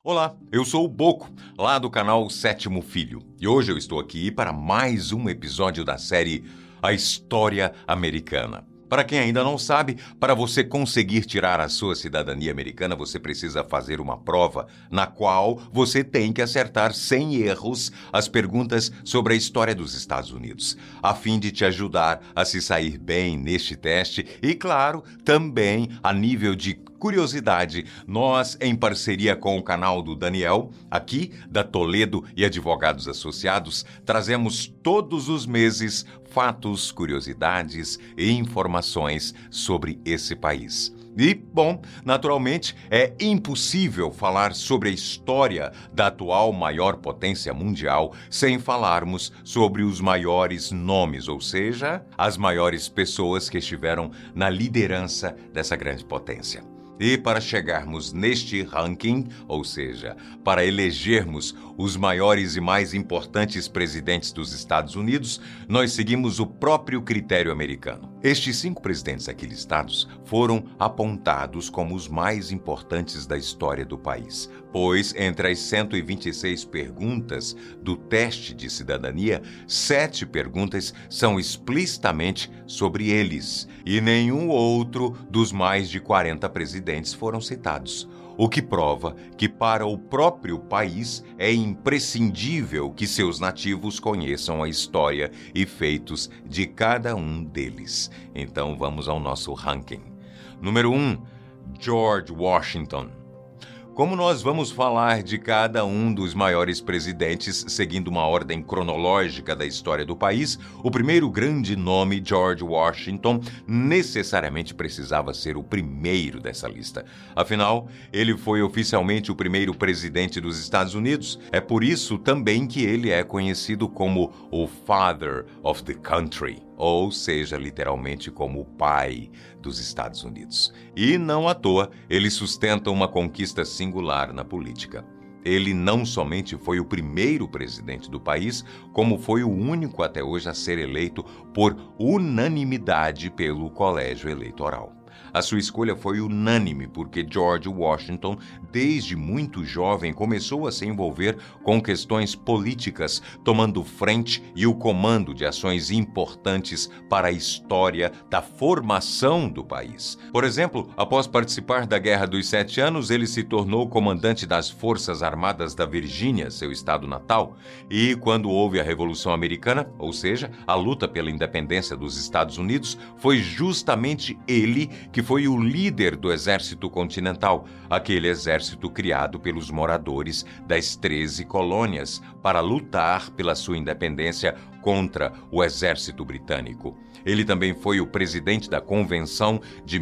Olá, eu sou o Boco, lá do canal Sétimo Filho. E hoje eu estou aqui para mais um episódio da série A História Americana. Para quem ainda não sabe, para você conseguir tirar a sua cidadania americana, você precisa fazer uma prova na qual você tem que acertar sem erros as perguntas sobre a história dos Estados Unidos, a fim de te ajudar a se sair bem neste teste e, claro, também a nível de curiosidade, nós, em parceria com o canal do Daniel, aqui da Toledo e Advogados Associados, trazemos todos os meses fatos, curiosidades e informações sobre esse país. E, bom, naturalmente, é impossível falar sobre a história da atual maior potência mundial sem falarmos sobre os maiores nomes, ou seja, as maiores pessoas que estiveram na liderança dessa grande potência. E para chegarmos neste ranking, ou seja, para elegermos os maiores e mais importantes presidentes dos Estados Unidos, nós seguimos o próprio critério americano. Estes 5 presidentes aqui listados foram apontados como os mais importantes da história do país, pois entre as 126 perguntas do teste de cidadania, 7 perguntas são explicitamente sobre eles, e nenhum outro dos mais de 40 presidentes foram citados. O que prova que para o próprio país é imprescindível que seus nativos conheçam a história e feitos de cada um deles. Então vamos ao nosso ranking. Número 1, George Washington. Como nós vamos falar de cada um dos maiores presidentes seguindo uma ordem cronológica da história do país, o primeiro grande nome, George Washington, necessariamente precisava ser o primeiro dessa lista. Afinal, ele foi oficialmente o primeiro presidente dos Estados Unidos. É por isso também que ele é conhecido como o Father of the Country, ou seja, literalmente como o pai dos Estados Unidos. E não à toa, ele sustenta uma conquista singular na política. Ele não somente foi o primeiro presidente do país, como foi o único até hoje a ser eleito por unanimidade pelo Colégio Eleitoral. A sua escolha foi unânime porque George Washington, desde muito jovem, começou a se envolver com questões políticas, tomando frente e o comando de ações importantes para a história da formação do país. Por exemplo, após participar da Guerra dos 7 Anos, ele se tornou comandante das Forças Armadas da Virgínia, seu estado natal, e quando houve a Revolução Americana, ou seja, a luta pela independência dos Estados Unidos, foi justamente ele que foi o líder do Exército Continental, aquele exército criado pelos moradores das 13 colônias para lutar pela sua independência contra o Exército Britânico. Ele também foi o presidente da Convenção de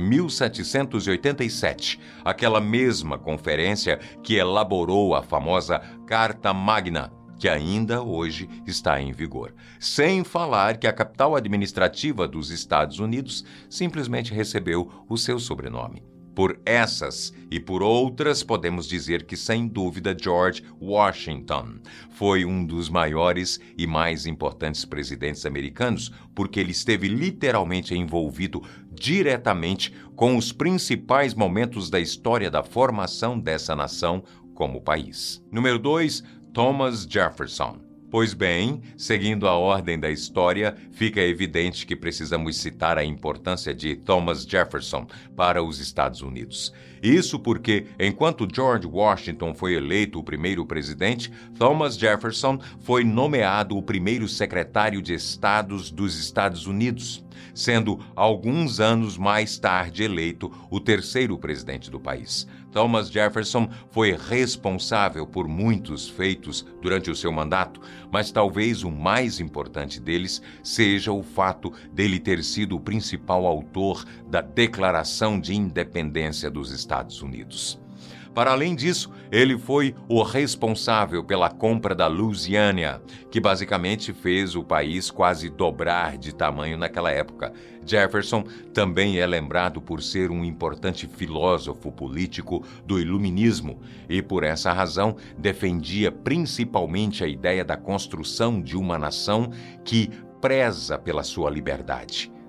1787, aquela mesma conferência que elaborou a famosa Carta Magna, que ainda hoje está em vigor. Sem falar que a capital administrativa dos Estados Unidos simplesmente recebeu o seu sobrenome. Por essas e por outras, podemos dizer que, sem dúvida, George Washington foi um dos maiores e mais importantes presidentes americanos, porque ele esteve literalmente envolvido diretamente com os principais momentos da história da formação dessa nação como país. Número 2, Thomas Jefferson. Pois bem, seguindo a ordem da história, fica evidente que precisamos citar a importância de Thomas Jefferson para os Estados Unidos. Isso porque, enquanto George Washington foi eleito o primeiro presidente, Thomas Jefferson foi nomeado o primeiro secretário de Estados dos Estados Unidos, sendo alguns anos mais tarde eleito o terceiro presidente do país. Thomas Jefferson foi responsável por muitos feitos durante o seu mandato, mas talvez o mais importante deles seja o fato dele ter sido o principal autor da Declaração de Independência dos Estados Unidos. Para além disso, ele foi o responsável pela compra da Louisiana, que basicamente fez o país quase dobrar de tamanho naquela época. Jefferson também é lembrado por ser um importante filósofo político do Iluminismo e, por essa razão, defendia principalmente a ideia da construção de uma nação que preza pela sua liberdade.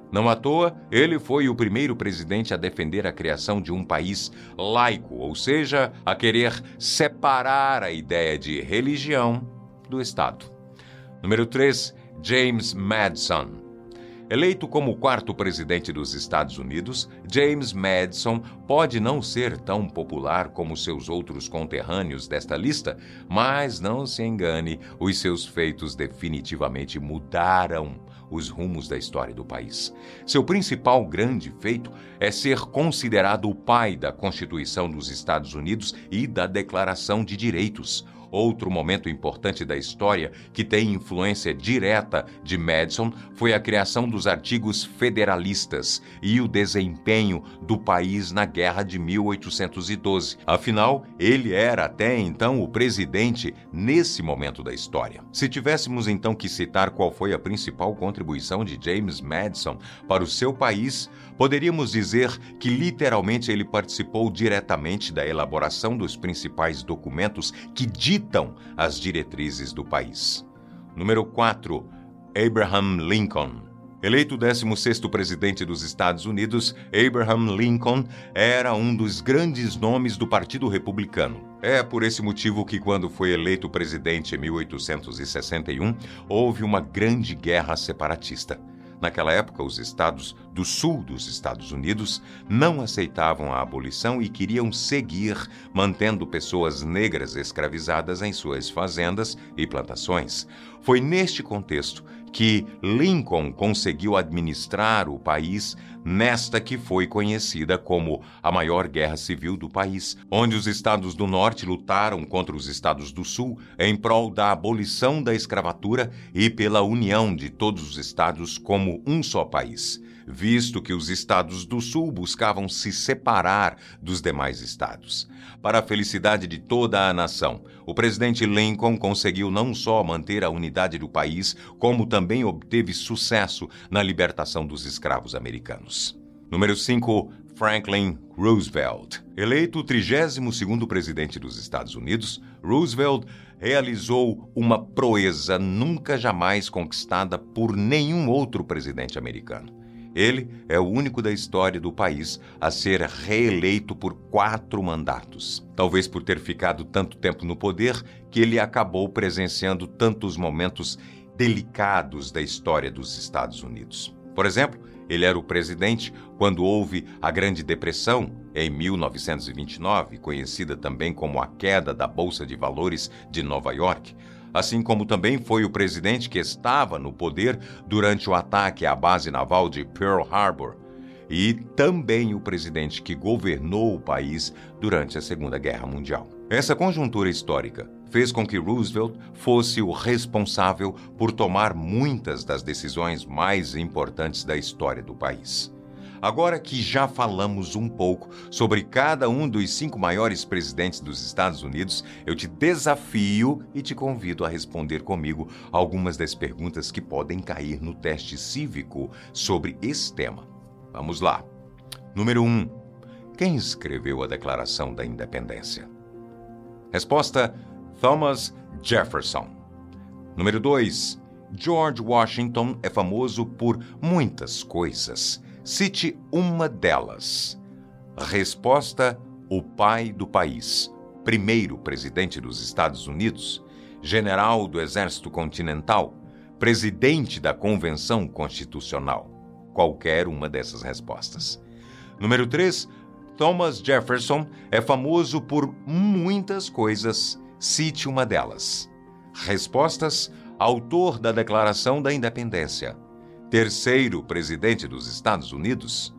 Não à toa, ele foi o primeiro presidente a defender a criação de um país laico, ou seja, a querer separar a ideia de religião do Estado. Número 3, James Madison. Eleito como o quarto presidente dos Estados Unidos, James Madison pode não ser tão popular como seus outros conterrâneos desta lista, mas não se engane, os seus feitos definitivamente mudaram os rumos da história do país. Seu principal grande feito é ser considerado o pai da Constituição dos Estados Unidos e da Declaração de Direitos. Outro momento importante da história que tem influência direta de Madison foi a criação dos artigos federalistas e o desempenho do país na Guerra de 1812. Afinal, ele era até então o presidente nesse momento da história. Se tivéssemos então que citar qual foi a principal contribuição de James Madison para o seu país, poderíamos dizer que literalmente ele participou diretamente da elaboração dos principais documentos que ditam as diretrizes do país. Número 4, Abraham Lincoln. Eleito 16º presidente dos Estados Unidos, Abraham Lincoln era um dos grandes nomes do Partido Republicano. É por esse motivo que, quando foi eleito presidente em 1861, houve uma grande guerra separatista. Naquela época, os estados do sul dos Estados Unidos não aceitavam a abolição e queriam seguir mantendo pessoas negras escravizadas em suas fazendas e plantações. Foi neste contexto que Lincoln conseguiu administrar o país nesta que foi conhecida como a maior guerra civil do país, onde os estados do norte lutaram contra os estados do sul em prol da abolição da escravatura e pela união de todos os estados como um só país, visto que os estados do sul buscavam se separar dos demais estados. Para a felicidade de toda a nação, o presidente Lincoln conseguiu não só manter a unidade do país, como também obteve sucesso na libertação dos escravos americanos. Número 5, Franklin Roosevelt. Eleito o 32º presidente dos Estados Unidos, Roosevelt realizou uma proeza nunca jamais conquistada por nenhum outro presidente americano. Ele é o único da história do país a ser reeleito por 4 mandatos. Talvez por ter ficado tanto tempo no poder que ele acabou presenciando tantos momentos delicados da história dos Estados Unidos. Por exemplo, ele era o presidente quando houve a Grande Depressão, em 1929, conhecida também como a queda da Bolsa de Valores de Nova York, assim como também foi o presidente que estava no poder durante o ataque à base naval de Pearl Harbor e também o presidente que governou o país durante a Segunda Guerra Mundial. Essa conjuntura histórica fez com que Roosevelt fosse o responsável por tomar muitas das decisões mais importantes da história do país. Agora que já falamos um pouco sobre cada um dos 5 maiores presidentes dos Estados Unidos, eu te desafio e te convido a responder comigo algumas das perguntas que podem cair no teste cívico sobre esse tema. Vamos lá. Número 1. Quem escreveu a Declaração da Independência? Resposta: Thomas Jefferson. Número 2. George Washington é famoso por muitas coisas. Cite uma delas. Resposta: o pai do país, primeiro presidente dos Estados Unidos, general do Exército Continental, presidente da Convenção Constitucional. Qualquer uma dessas respostas. Número 3. Thomas Jefferson é famoso por muitas coisas. Cite uma delas. Respostas: autor da Declaração da Independência. Terceiro presidente dos Estados Unidos,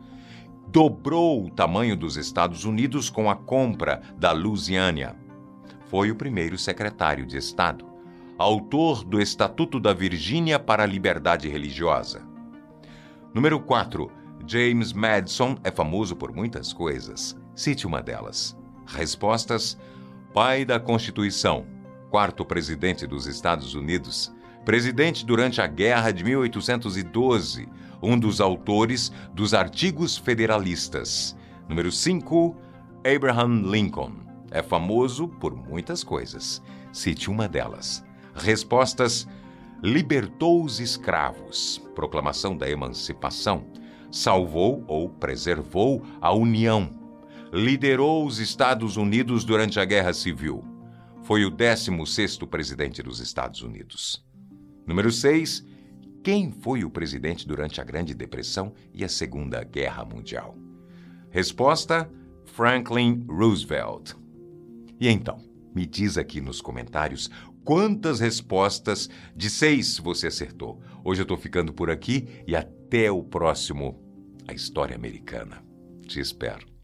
dobrou o tamanho dos Estados Unidos com a compra da Louisiana. Foi o primeiro secretário de Estado, autor do Estatuto da Virgínia para a Liberdade Religiosa. Número 4. James Madison é famoso por muitas coisas. Cite uma delas. Respostas: pai da Constituição, quarto presidente dos Estados Unidos, presidente durante a Guerra de 1812, um dos autores dos Artigos Federalistas. Número 5, Abraham Lincoln. É famoso por muitas coisas. Cite uma delas. Respostas: libertou os escravos, proclamação da emancipação, salvou ou preservou a União, liderou os Estados Unidos durante a Guerra Civil. Foi o 16º presidente dos Estados Unidos. Número 6. Quem foi o presidente durante a Grande Depressão e a Segunda Guerra Mundial? Resposta: Franklin Roosevelt. E então, me diz aqui nos comentários quantas respostas de 6 você acertou. Hoje eu estou ficando por aqui e até o próximo A História Americana. Te espero.